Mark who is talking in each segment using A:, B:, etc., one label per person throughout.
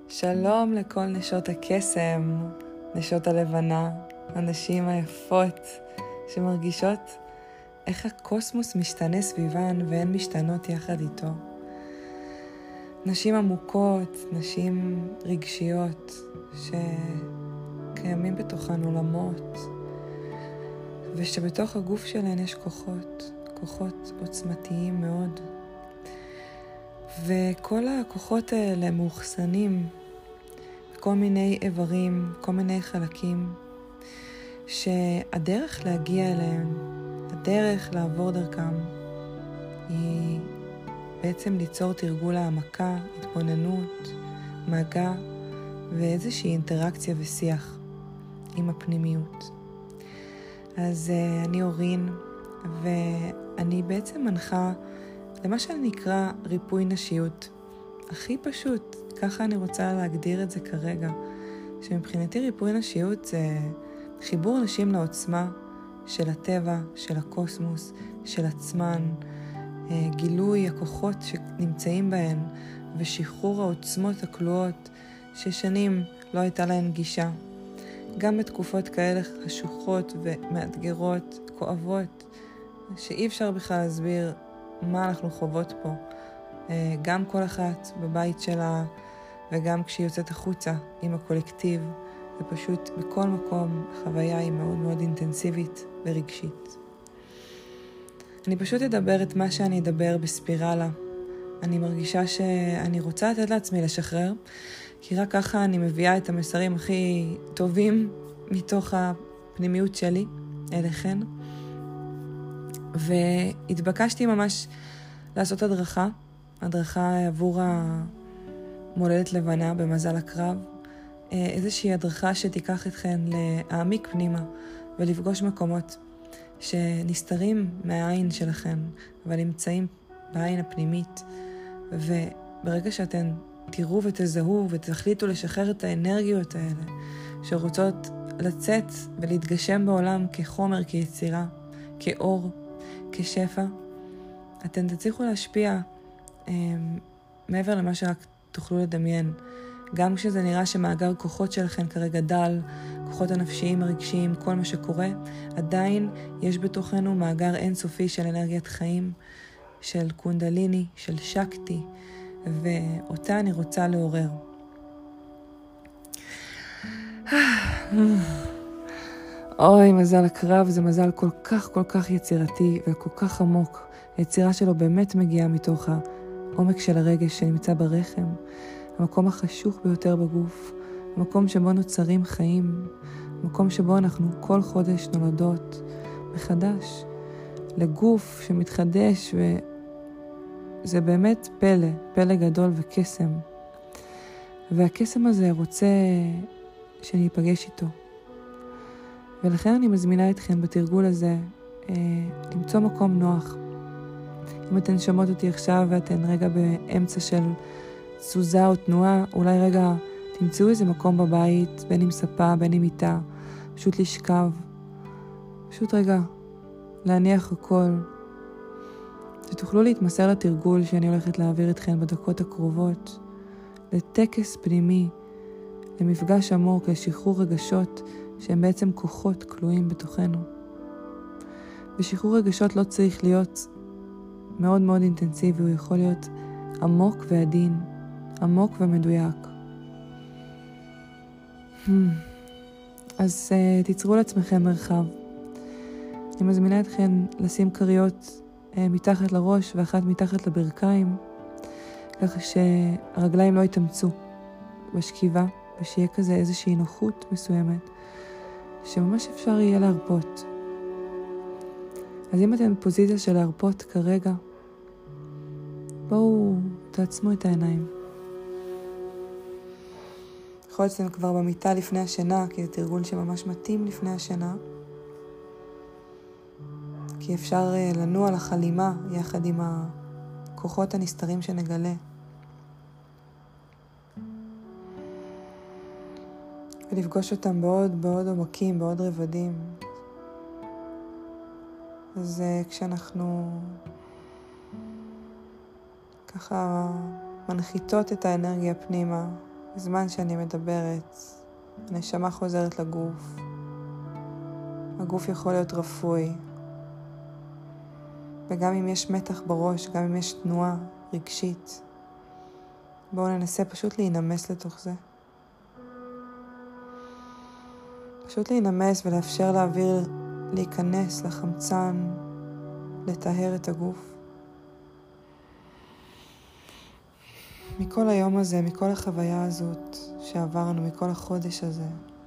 A: שלום לכל נשות הקסם, נשות הלבנה, הנשים היפות שמרגישות איך הקוסמוס משתנה סביבן והן משתנות יחד איתו. נשים עמוקות, נשים רגשיות שקיימים בתוכן עולמות ושבתוך הגוף שלהן יש כוחות עוצמתיים מאוד. וכל הכוחות האלה מאוחסנים בכל מיני איברים, כל מיני חלקים, שהדרך להגיע אליהם, הדרך לעבור דרכם, היא בעצם ליצור תרגול העמקה, התבוננות, מגע ואיזושהי אינטראקציה ושיח עם הפנימיות. אז אני אורין, ואני בעצם מנחה למה שאני נקרא ריפוי נשיות. הכי פשוט, ככה אני רוצה להגדיר את זה כרגע, שמבחינתי ריפוי נשיות זה חיבור נשים לעוצמה של הטבע, של הקוסמוס, של עצמן, גילוי הכוחות שנמצאים בהן, ושחרור העוצמות הכלואות ששנים לא הייתה להן גישה. גם בתקופות כאלה חשוכות ומאתגרות, כואבות, שאי אפשר בכלל להסביר מה אנחנו חוות פה. גם כל אחת בבית שלה, וגם כשהיא יוצאת החוצה עם הקולקטיב, זה פשוט בכל מקום החוויה היא מאוד מאוד אינטנסיבית ורגשית. אני פשוט אדבר את מה שאני אדבר בספירלה. אני מרגישה שאני רוצה לתת לעצמי לשחרר, כי רק ככה אני מביאה את המסרים הכי טובים מתוך הפנימיות שלי אליכן. והתבקשתי ממש לעשות הדרכה עבור המולדת לבנה במזל הקרב, איזושהי הדרכה שתיקח אתכן להעמיק פנימה ולפגוש מקומות שנסתרים מהעין שלכן, אבל נמצאים בעין הפנימית. וברגע שאתן תראו ותזהו ותחליטו לשחרר את האנרגיות האלה שרוצות לצאת ולהתגשם בעולם כחומר, כיצירה, כאור, כשפע, אתן תצליחו להשפיע מעבר למה שרק תוכלו לדמיין. גם כשזה נראה שמאגר כוחות שלכם כרגע דל, כוחות הנפשיים, הרגשיים, כל מה שקורה, עדיין יש בתוכנו מאגר אינסופי של אנרגיית חיים, של קונדליני, של שקטי, ואותה אני רוצה לעורר. אוי, מזל הקרב זה מזל כל כך יצירתי וכל כך עמוק. היצירה שלו באמת מגיעה מתוך העומק של הרגש שנמצא ברחם, המקום החשוך ביותר בגוף, המקום שבו נוצרים חיים, המקום שבו אנחנו כל חודש נולדות מחדש, לגוף שמתחדש, וזה באמת פלא גדול וקסם. והקסם הזה רוצה שאני אפגש איתו. ולכן אני מזמינה אתכם בתרגול הזה למצוא מקום נוח. אם אתן שומעות אותי עכשיו ואתן רגע באמצע של תזוזה או תנועה, אולי רגע תמצאו איזה מקום בבית, בין עם ספה, בין עם מיטה, פשוט לשכב, פשוט רגע להניח הכל. שתוכלו להתמסר לתרגול שאני הולכת להעביר אתכן בדקות הקרובות, לטקס פנימי, למפגש עמוק, לשחרור רגשות שהם בעצם כוחות כלואים בתוכנו. ושחרור רגשות לא צריך להיות מאוד מאוד אינטנסיבי, הוא יכול להיות עמוק ועדין, עמוק ומדויק. אז תיצרו לעצמכם מרחב. אני מזמינה אתכן לשים קריות מתחת לראש ואחת מתחת לברכיים, ככה שהרגליים לא יתאמצו בשכיבה, ושיהיה כזה איזושהי נוחות מסוימת, שממש אפשר יהיה להרפות. אז אם אתן בפוזיציה של להרפות כרגע, בואו תעצמו את העיניים. יכול להיות שאתן כבר במיטה לפני השינה, כי זה תרגול שממש מתאים לפני השינה. כי אפשר לנוע לחלימה יחד עם הכוחות הנסתרים שנגלה. ולפגוש אותם בעוד עומקים, בעוד רבדים. אז כשאנחנו ככה מנחיתות את האנרגיה פנימה, בזמן שאני מדברת, הנשמה חוזרת לגוף. הגוף יכול להיות רפוי. וגם אם יש מתח בראש, גם אם יש תנועה רגשית, בואו ננסה פשוט להינמס לתוך זה. פשוט להינמס ולאפשר לאוויר להיכנס לחמצן, לטהר את הגוף. מכל היום הזה, מכל החוויה הזאת שעברנו, מכל החודש הזה.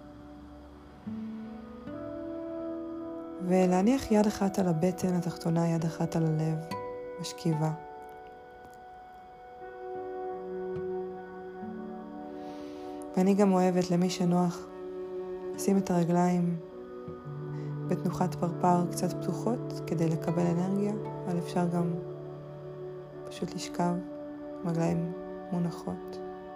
A: ולהניח יד אחת על הבטן התחתונה, יד אחת על הלב, משכיבה. ואני גם אוהבת למי שנוח לשים את הרגליים בתנוחת פרפר קצת פתוחות כדי לקבל אנרגיה, אבל אפשר גם פשוט לשכב, רגליים מונחות.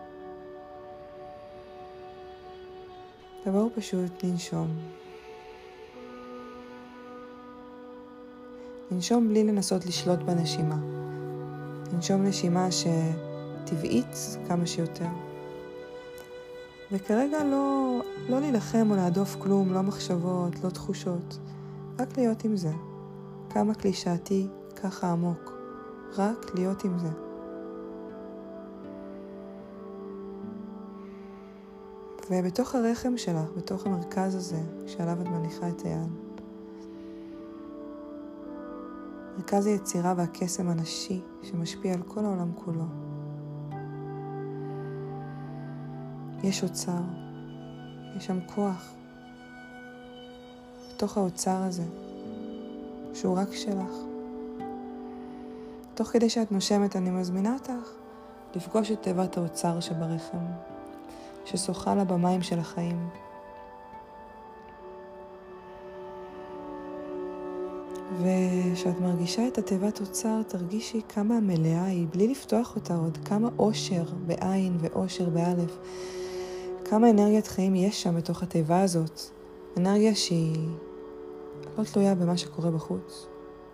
A: ובואו פשוט ננשום. ננשום בלי לנסות לשלוט בנשימה. ננשום נשימה שטבעית כמה שיותר. וכרגע לא להילחם או להדוף כלום, לא מחשבות, לא תחושות. רק להיות עם זה. כמה קלישאתי, ככה עמוק. רק להיות עם זה. ובתוך הרחם שלך, בתוך המרכז הזה, שעליו את מניחה את היד, מרכז היצירה והקסם הנשי שמשפיע על כל העולם כולו. יש אוצר, יש שם כוח. בתוך האוצר הזה, שהוא רק שלך. תוך כדי שאת נושמת, אני מזמינה אותך לפגוש את תיבת האוצר שברחם, ששוחה לה במים של החיים. ושאת מרגישה את התיבת אוצר, תרגישי כמה מלאה היא, בלי לפתוח אותה עוד, כמה אושר בעין ואושר באלף. כמה אנרגיית חיים יש שם בתוך התיבה הזאת. אנרגיה שהיא לא תלויה במה שקורה בחוץ.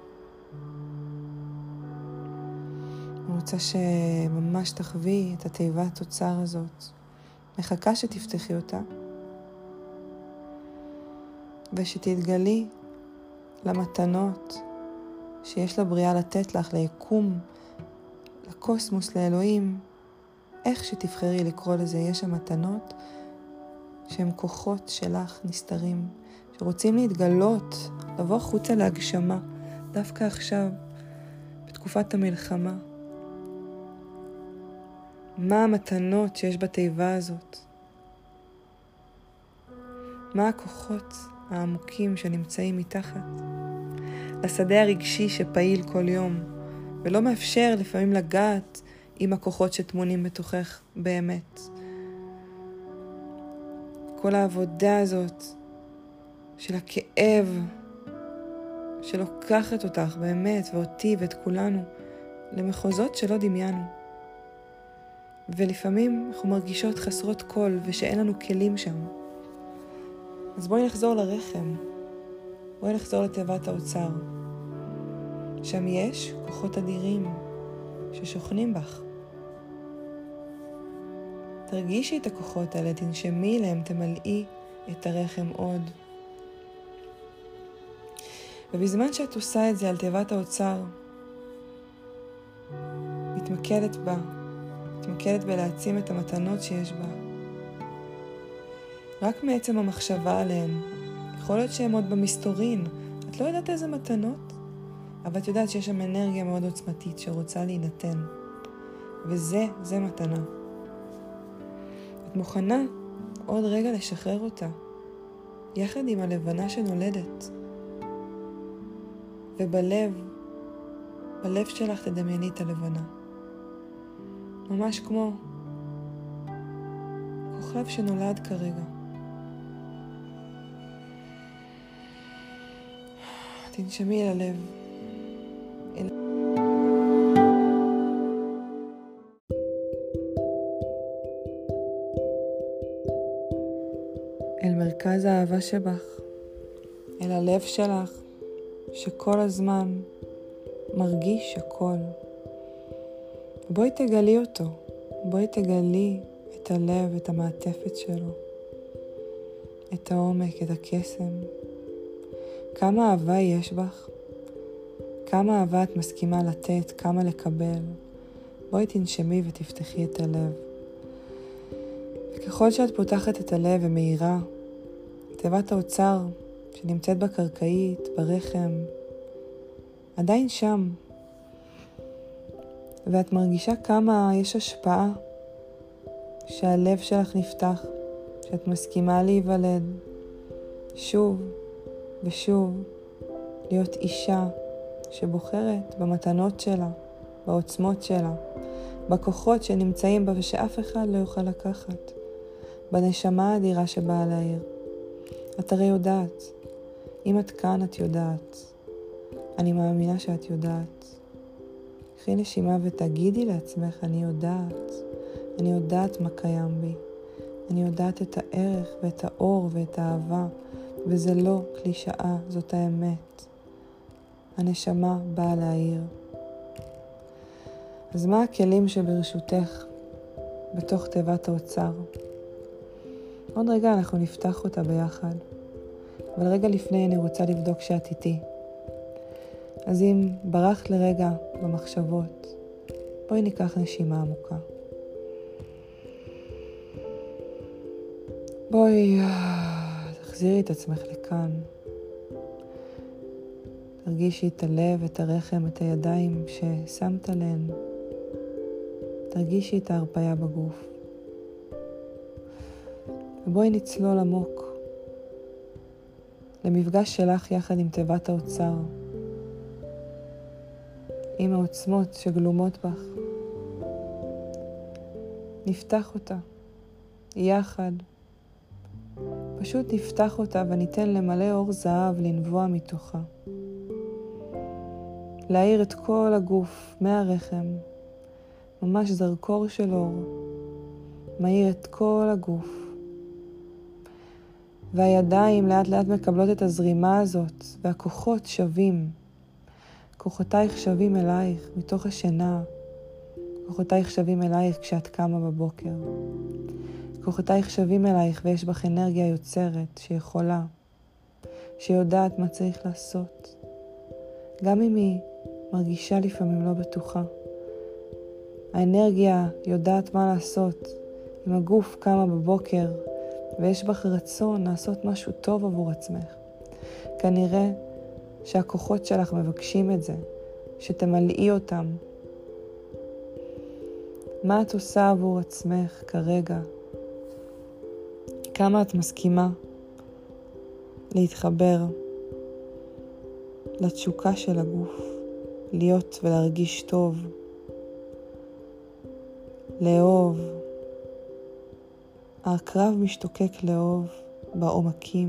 A: אני רוצה שממש תחווי את התיבת אוצר הזאת. מחכה שתפתחי אותה. ושתתגלי למתנות שיש לבריאה לתת לך, ליקום, לקוסמוס, לאלוהים. איך שתבחרי לקרוא לזה, יש שם מתנות שהם כוחות שלך נסתרים, שרוצים להתגלות, לבוא חוצה להגשמה, דווקא עכשיו, בתקופת המלחמה. מה המתנות שיש בתיבה הזאת? מה הכוחות העמוקים שנמצאים מתחת? לשדה הרגשי שפעיל כל יום, ולא מאפשר לפעמים לגעת עם הכוחות שטמונים בתוכך באמת. כל העבודה הזאת של הכאב שלוקחת אותך באמת ואותי ואת כולנו למחוזות שלא דמיינו. ולפעמים אנחנו מרגישות חסרות קול ושאין לנו כלים שם. אז בואי נחזור לרחם. בואי נחזור לתיבת האוצר. שם יש כוחות אדירים ששוכנים בך. תרגישי את הכוחות האלה, תנשמי להם, תמלאי את הרחם עוד. ובזמן שאת עושה את זה על תיבת האוצר, מתמקדת בה, מתמקדת בלהעצים את המתנות שיש בה. רק מעצם המחשבה עליהן, יכול להיות שהן עוד במסתורין, את לא יודעת איזה מתנות, אבל את יודעת שיש שם אנרגיה מאוד עוצמתית שרוצה להינתן. וזה מתנה. את מוכנה עוד רגע לשחרר אותה, יחד עם הלבנה שנולדת. ובלב שלך תדמייני את הלבנה. ממש כמו כוכב שנולד כרגע. תנשמי אל הלב. אל מרכז האהבה שבך, אל הלב שלך, שכל הזמן מרגיש הכל. בואי תגלי אותו, בואי תגלי את הלב, את המעטפת שלו, את העומק, את הקסם. כמה אהבה יש בך, כמה אהבה את מסכימה לתת, כמה לקבל. בואי תנשמי ותפתחי את הלב. וככל שאת פותחת את הלב ומאירה, תיבת האוצר שנמצאת בקרקעית, ברחם, עדיין שם. ואת מרגישה כמה יש השפעה שהלב שלך נפתח, שאת מסכימה להיוולד שוב ושוב, להיות אישה שבוחרת במתנות שלה, בעוצמות שלה, בכוחות שנמצאים בה ושאף אחד לא יוכל לקחת, בנשמה האדירה שבאה להעיר. את הרי יודעת, אם את כאן את יודעת, אני מאמינה שאת יודעת. קחי נשימה ותגידי לעצמך, אני יודעת מה קיים בי, אני יודעת את הערך ואת האור ואת האהבה, וזה לא קלישאה, זאת האמת. הנשמה באה להעיר. אז מה הכלים שברשותך בתוך תיבת האוצר? עוד רגע אנחנו נפתח אותה ביחד, אבל רגע לפני אני רוצה לבדוק שאת איתי. אז אם ברחת לרגע במחשבות, בואי ניקח נשימה עמוקה. בואי תחזירי את עצמך לכאן. תרגישי את הלב, את הרחם, את הידיים ששמת עליהן. תרגישי את ההרפיה בגוף. ובואי נצלול עמוק למפגש שלך יחד עם תיבת האוצר, עם העוצמות שגלומות בך. נפתח אותה יחד. פשוט נפתח אותה וניתן למלא אור זהב לנבוע מתוכה. להאיר את כל הגוף מהרחם, ממש זרקור של אור, מאיר את כל הגוף. והידיים לאט לאט מקבלות את הזרימה הזאת, והכוחות שווים. כוחותייך שווים אלייך מתוך השינה. כוחותייך שווים אלייך כשאת קמה בבוקר. כוחותייך שווים אלייך ויש בך אנרגיה יוצרת שיכולה, שיודעת מה צריך לעשות. גם אם היא מרגישה לפעמים לא בטוחה. האנרגיה יודעת מה לעשות. אם הגוף קמה בבוקר ויש בך רצון לעשות משהו טוב עבור עצמך, כנראה שהכוחות שלך מבקשים את זה, שתמלאי אותם. מה את עושה עבור עצמך כרגע? כמה את מסכימה להתחבר לתשוקה של הגוף, להיות ולהרגיש טוב, לאהוב. הקרב משתוקק לאהוב בעומקים.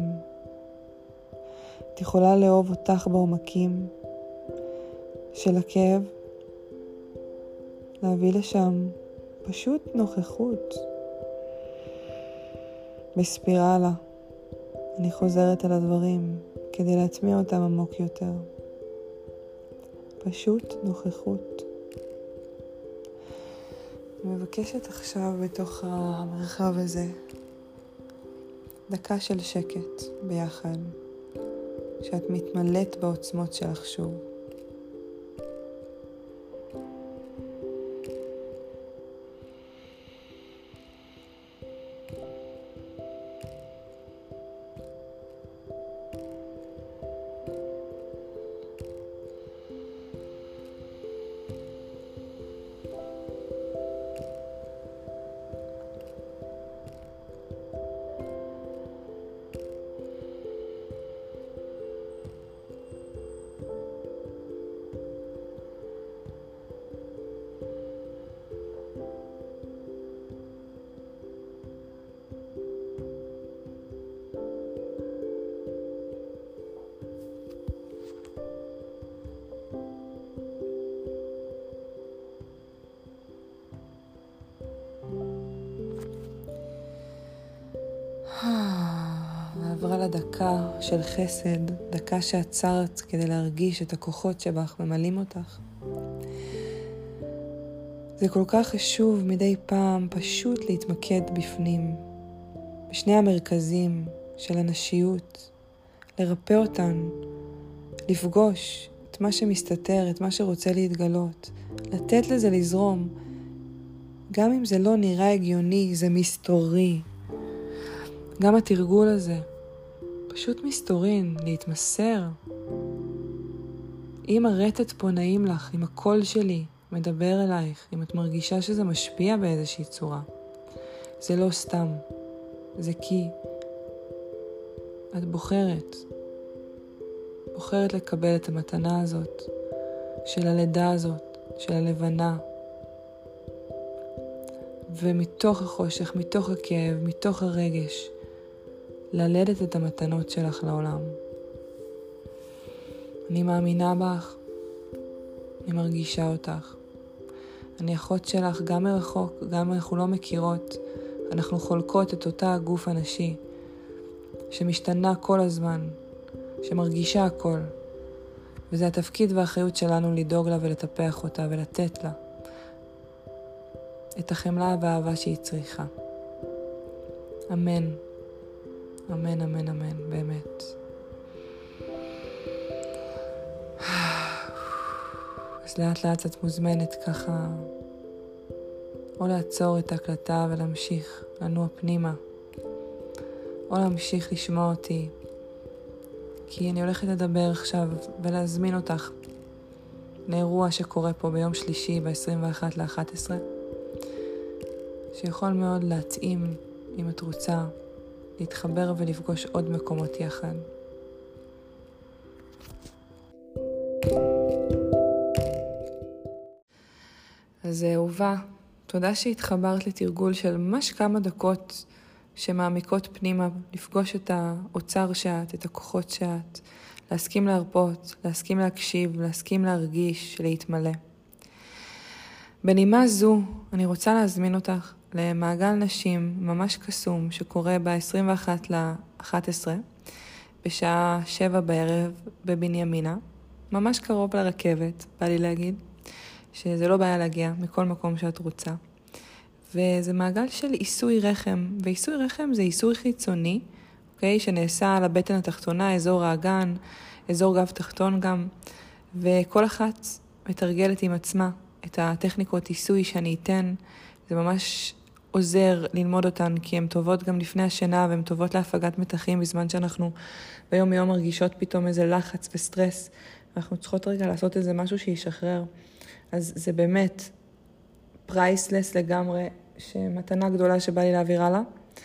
A: את יכולה לאהוב אותך בעומקים של הכאב, להביא לשם פשוט נוכחות. בספירלה אני חוזרת על הדברים כדי להטמיע אותם עמוק יותר. פשוט נוכחות. אני מבקשת עכשיו בתוך המרחב הזה דקה של שקט ביחד, שאת מתמלאת בעוצמות שלך שוב. עברה לה דקה של חסד, דקה שעצרת כדי להרגיש את הכוחות שבך ממלאים אותך. זה כל כך חשוב מדי פעם פשוט להתמקד בפנים, בשני המרכזים של הנשיות, לרפא אותן, לפגוש את מה שמסתתר, את מה שרוצה להתגלות, לתת לזה לזרום. גם אם זה לא נראה הגיוני, זה מסתורי. גם התרגול הזה, פשוט מסתורין, להתמסר. אם הרטט פה נעים לך, אם הקול שלי מדבר אלייך, אם את מרגישה שזה משפיע באיזושהי צורה, זה לא סתם. זה כי את בוחרת לקבל את המתנה הזאת, של הלידה הזאת, של הלבנה. ומתוך החושך, מתוך הכאב, מתוך הרגש, ללדת את המתנות שלך לעולם. אני מאמינה בך, אני מרגישה אותך. אני אחות שלך גם מרחוק, גם אם אנחנו לא מכירות. אנחנו חולקות את אותה הגוף הנשי, שמשתנה כל הזמן, שמרגישה הכל. וזה התפקיד והאחריות שלנו לדאוג לה ולטפח אותה ולתת לה את החמלה והאהבה שהיא צריכה. אמן. אמן, אמן, אמן, באמת. אז לאט לאט את מוזמנת ככה, או לעצור את ההקלטה ולהמשיך לנוע פנימה, או להמשיך לשמוע אותי, כי אני הולכת לדבר עכשיו ולהזמין אותך לאירוע שקורה פה ביום שלישי ב-21/11, שיכול מאוד להתאים, אם את רוצה, להתחבר ולפגוש עוד מקומות יחד. אז אהובה, תודה שהתחברת לתרגול של ממש כמה דקות שמעמיקות פנימה, לפגוש את האוצר שאת, את הכוחות שאת, להסכים להרפות, להסכים להקשיב, להסכים להרגיש, להתמלא. בנימה זו, אני רוצה להזמין אותך למעגל נשים ממש קסום שקורה ב-21/11 בשעה 7 בערב בבנימינה, ממש קרוב לרכבת, בא לי להגיד, שזה לא בעיה להגיע מכל מקום שאת רוצה. וזה מעגל של עיסוי רחם, ועיסוי רחם זה עיסוי חיצוני, אוקיי? שנעשה על הבטן התחתונה, אזור האגן, אזור גב תחתון גם, וכל אחת מתרגלת עם עצמה את הטכניקות עיסוי שאני אתן. זה ממש עוזר ללמוד אותן, כי הן טובות גם לפני השינה, והן טובות להפגת מתחים בזמן שאנחנו ביום יום מרגישות פתאום איזה לחץ וסטרס, ואנחנו צריכות רגע לעשות איזה משהו שישחרר. אז זה באמת פרייסלס לגמרי, שמתנה גדולה שבא לי להעביר הלאה.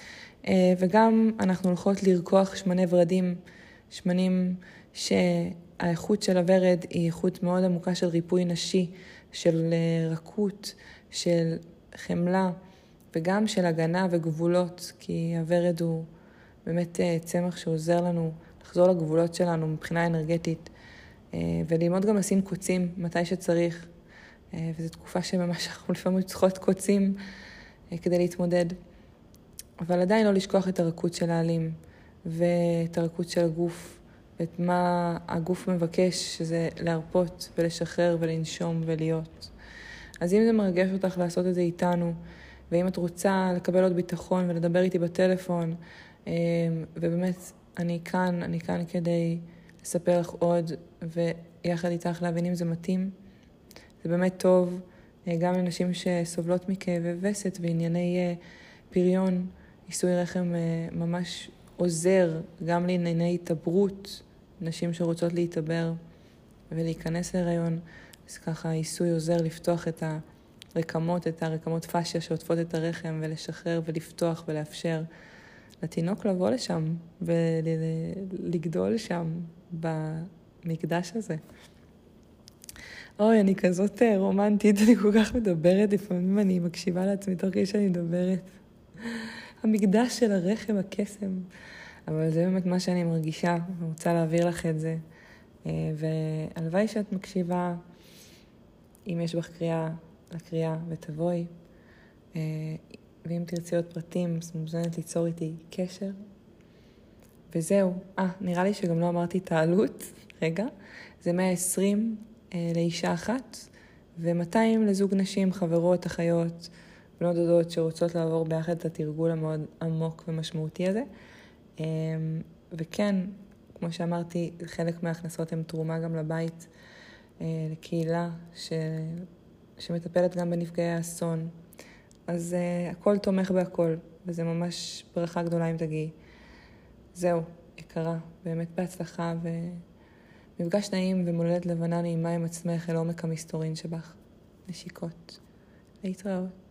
A: וגם אנחנו הולכות לרקוח שמני ורדים, שמנים שהאיכות של הורד היא איכות מאוד עמוקה של ריפוי נשי, של רכות, של חמלה, וגם של הגנה וגבולות, כי הורד הוא באמת צמח שעוזר לנו לחזור לגבולות שלנו מבחינה אנרגטית, וללמוד גם לשים קוצים מתי שצריך, וזו תקופה שממש אנחנו לפעמים צריכות קוצים כדי להתמודד, אבל עדיין לא לשכוח את הרכות של העלים, ואת הרכות של הגוף, ואת מה הגוף מבקש, שזה להרפות ולשחרר ולנשום ולהיות. אז אם זה מרגש אותך לעשות את זה איתנו, ואם את רוצה לקבל עוד ביטחון ולדבר איתי בטלפון, ובאמת אני כאן כדי לספר לך עוד, ויחד איתך להבין אם זה מתאים. זה באמת טוב גם לנשים שסובלות מכאבי וסת וענייני פריון. עיסוי רחם ממש עוזר גם לענייני התעברות, נשים שרוצות להתעבר ולהיכנס להיריון. אז ככה עיסוי עוזר לפתוח את הרקמות פשיה שעוטפות את הרחם, ולשחרר ולפתוח ולאפשר לתינוק לבוא לשם ולגדול שם במקדש הזה. אוי, אני כזאת רומנטית, אני כל כך מדברת, לפעמים אני מקשיבה לעצמי תוך כדי שאני מדברת. המקדש של הרחם, הקסם. אבל זה באמת מה שאני מרגישה, אני רוצה להעביר לך את זה. והלוואי שאת מקשיבה, אם יש בך לקריאה ותבואי. ואם תרצי עוד פרטים, אז מוזמנת ליצור איתי קשר. וזהו. נראה לי שגם לא אמרתי את העלות. רגע. זה 120 לאישה אחת, ו200 לזוג נשים, חברות, אחיות, בנות דודות שרוצות לעבור ביחד את התרגול המאוד עמוק ומשמעותי הזה. וכן, כמו שאמרתי, חלק מההכנסות הן תרומה גם לבית, לקהילה שמטפלת גם בנפגעי האסון. אז הכל תומך בהכל, וזה ממש ברכה גדולה אם תגיעי. זהו, יקרה, באמת בהצלחה, ומפגש נעים ומולדת לבנה נעימה עם עצמך אל עומק המסתורין שבך. נשיקות. להתראות.